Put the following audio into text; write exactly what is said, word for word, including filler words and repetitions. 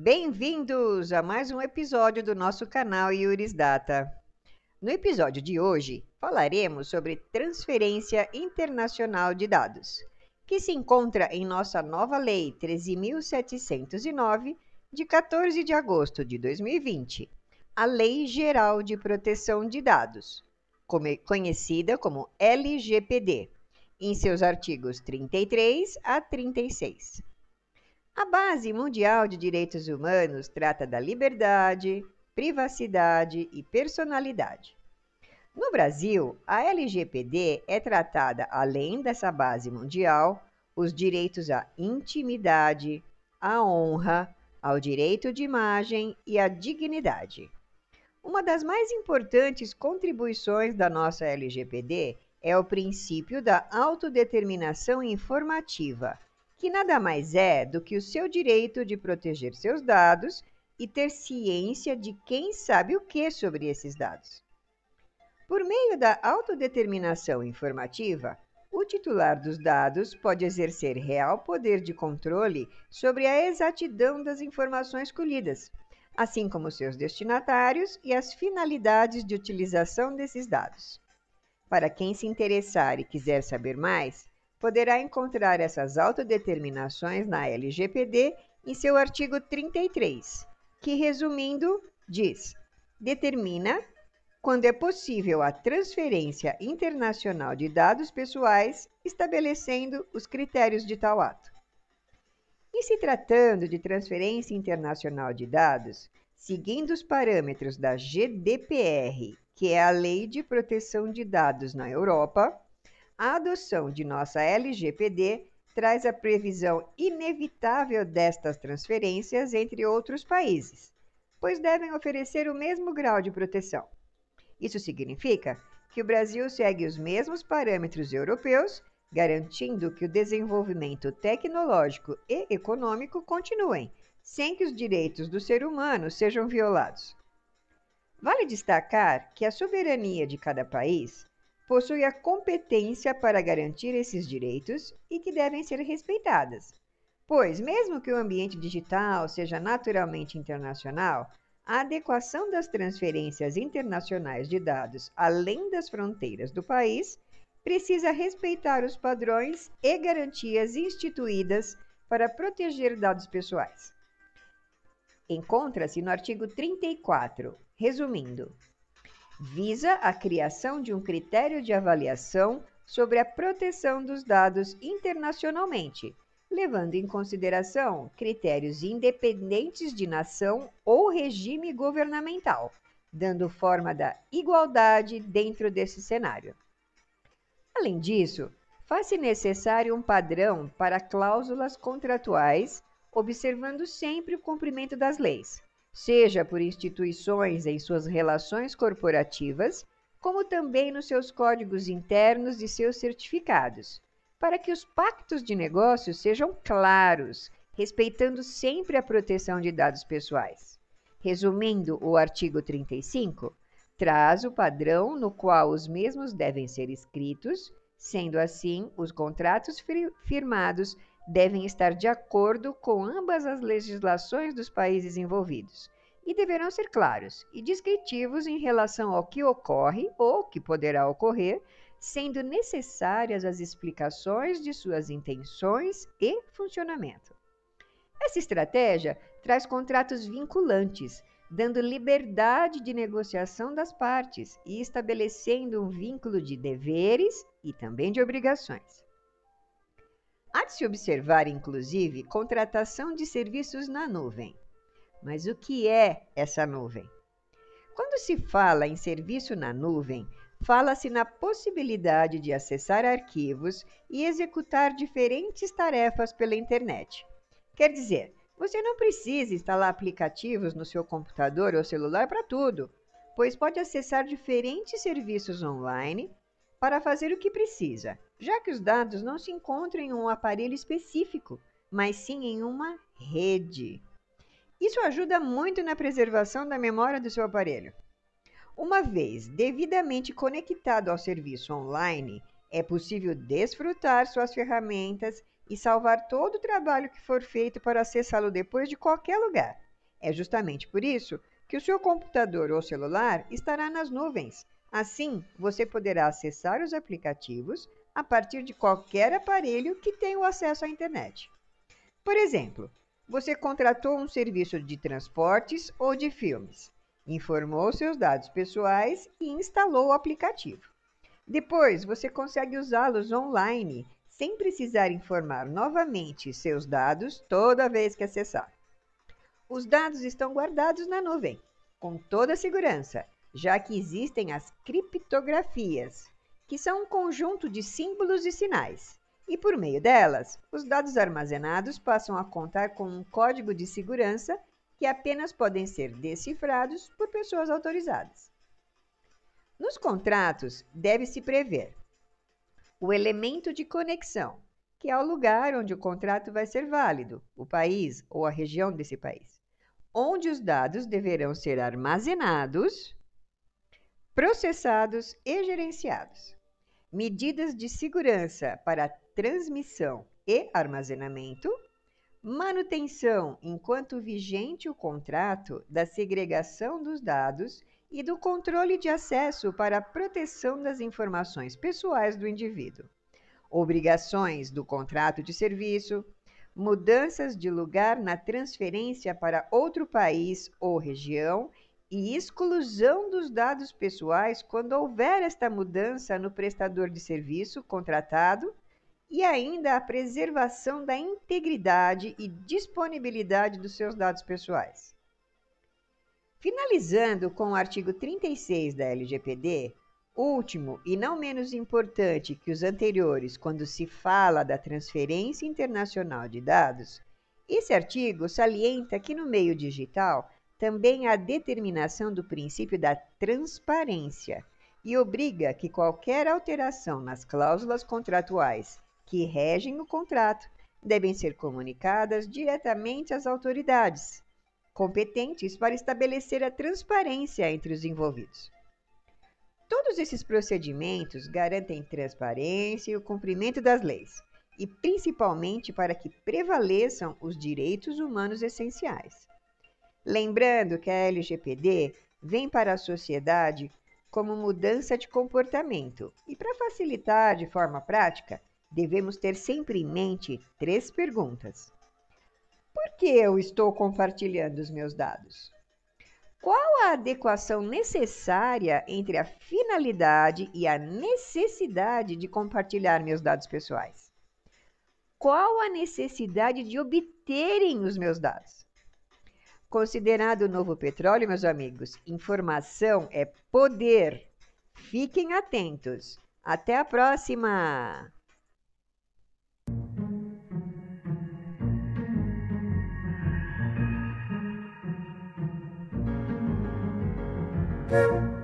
Bem-vindos a mais um episódio do nosso canal Iuris Data. No episódio de hoje, falaremos sobre transferência internacional de dados, que se encontra em nossa nova Lei treze mil setecentos e nove, de quatorze de agosto de dois mil e vinte, a Lei Geral de Proteção de Dados, conhecida como L G P D, em seus artigos trinta e três a trinta e seis. A Base Mundial de Direitos Humanos trata da liberdade, privacidade e personalidade. No Brasil, a L G P D é tratada, além dessa base mundial, os direitos à intimidade, à honra, ao direito de imagem e à dignidade. Uma das mais importantes contribuições da nossa L G P D é o princípio da autodeterminação informativa, que nada mais é do que o seu direito de proteger seus dados e ter ciência de quem sabe o que sobre esses dados. Por meio da autodeterminação informativa, o titular dos dados pode exercer real poder de controle sobre a exatidão das informações colhidas, assim como seus destinatários e as finalidades de utilização desses dados. Para quem se interessar e quiser saber mais, poderá encontrar essas autodeterminações na L G P D em seu artigo trinta e três, que, resumindo, diz: determina quando é possível a transferência internacional de dados pessoais, estabelecendo os critérios de tal ato. E se tratando de transferência internacional de dados, seguindo os parâmetros da G D P R, que é a Lei de Proteção de Dados na Europa, a adoção de nossa L G P D traz a previsão inevitável destas transferências entre outros países, pois devem oferecer o mesmo grau de proteção. Isso significa que o Brasil segue os mesmos parâmetros europeus, garantindo que o desenvolvimento tecnológico e econômico continuem, sem que os direitos do ser humano sejam violados. Vale destacar que a soberania de cada país possui a competência para garantir esses direitos e que devem ser respeitadas, pois, mesmo que o ambiente digital seja naturalmente internacional, a adequação das transferências internacionais de dados além das fronteiras do país precisa respeitar os padrões e garantias instituídas para proteger dados pessoais. Encontra-se no artigo trinta e quatro, resumindo: visa a criação de um critério de avaliação sobre a proteção dos dados internacionalmente, levando em consideração critérios independentes de nação ou regime governamental, dando forma da igualdade dentro desse cenário. Além disso, faz-se necessário um padrão para cláusulas contratuais, observando sempre o cumprimento das leis, seja por instituições em suas relações corporativas, como também nos seus códigos internos e seus certificados, para que os pactos de negócios sejam claros, respeitando sempre a proteção de dados pessoais. Resumindo, o artigo trinta e cinco traz o padrão no qual os mesmos devem ser escritos, sendo assim, os contratos firmados devem estar de acordo com ambas as legislações dos países envolvidos e deverão ser claros e descritivos em relação ao que ocorre ou que poderá ocorrer, sendo necessárias as explicações de suas intenções e funcionamento. Essa estratégia traz contratos vinculantes, dando liberdade de negociação das partes e estabelecendo um vínculo de deveres e também de obrigações. Há de se observar, inclusive, contratação de serviços na nuvem. Mas o que é essa nuvem? Quando se fala em serviço na nuvem, fala-se na possibilidade de acessar arquivos e executar diferentes tarefas pela internet. Quer dizer, você não precisa instalar aplicativos no seu computador ou celular para tudo, pois pode acessar diferentes serviços online para fazer o que precisa, já que os dados não se encontram em um aparelho específico, mas sim em uma rede. Isso ajuda muito na preservação da memória do seu aparelho. Uma vez devidamente conectado ao serviço online, é possível desfrutar suas ferramentas e salvar todo o trabalho que for feito para acessá-lo depois de qualquer lugar, É justamente por isso que o seu computador ou celular estará nas nuvens. Assim, você poderá acessar os aplicativos a partir de qualquer aparelho que tenha o acesso à internet. Por exemplo, você contratou um serviço de transportes ou de filmes, informou seus dados pessoais e instalou o aplicativo. Depois, você consegue usá-los online sem precisar informar novamente seus dados toda vez que acessar. Os dados estão guardados na nuvem, com toda a segurança, já que existem as criptografias, que são um conjunto de símbolos e sinais. E por meio delas, os dados armazenados passam a contar com um código de segurança que apenas podem ser decifrados por pessoas autorizadas. Nos contratos, deve-se prever o elemento de conexão, que é o lugar onde o contrato vai ser válido, o país ou a região desse país, onde os dados deverão ser armazenados, processados e gerenciados. Medidas de segurança para transmissão e armazenamento, manutenção enquanto vigente o contrato da segregação dos dados e do controle de acesso para a proteção das informações pessoais do indivíduo, obrigações do contrato de serviço, mudanças de lugar na transferência para outro país ou região e exclusão dos dados pessoais quando houver esta mudança no prestador de serviço contratado e ainda a preservação da integridade e disponibilidade dos seus dados pessoais. Finalizando com o artigo trinta e seis da L G P D, último e não menos importante que os anteriores quando se fala da transferência internacional de dados, esse artigo salienta que no meio digital também há a determinação do princípio da transparência e obriga que qualquer alteração nas cláusulas contratuais que regem o contrato devem ser comunicadas diretamente às autoridades competentes para estabelecer a transparência entre os envolvidos. Todos esses procedimentos garantem transparência e o cumprimento das leis, e principalmente para que prevaleçam os direitos humanos essenciais. Lembrando que a L G P D vem para a sociedade como mudança de comportamento, e para facilitar de forma prática, devemos ter sempre em mente três perguntas. Por que eu estou compartilhando os meus dados? Qual a adequação necessária entre a finalidade e a necessidade de compartilhar meus dados pessoais? Qual a necessidade de obterem os meus dados? Considerado o novo petróleo, meus amigos, informação é poder. Fiquem atentos. Até a próxima! Thank you.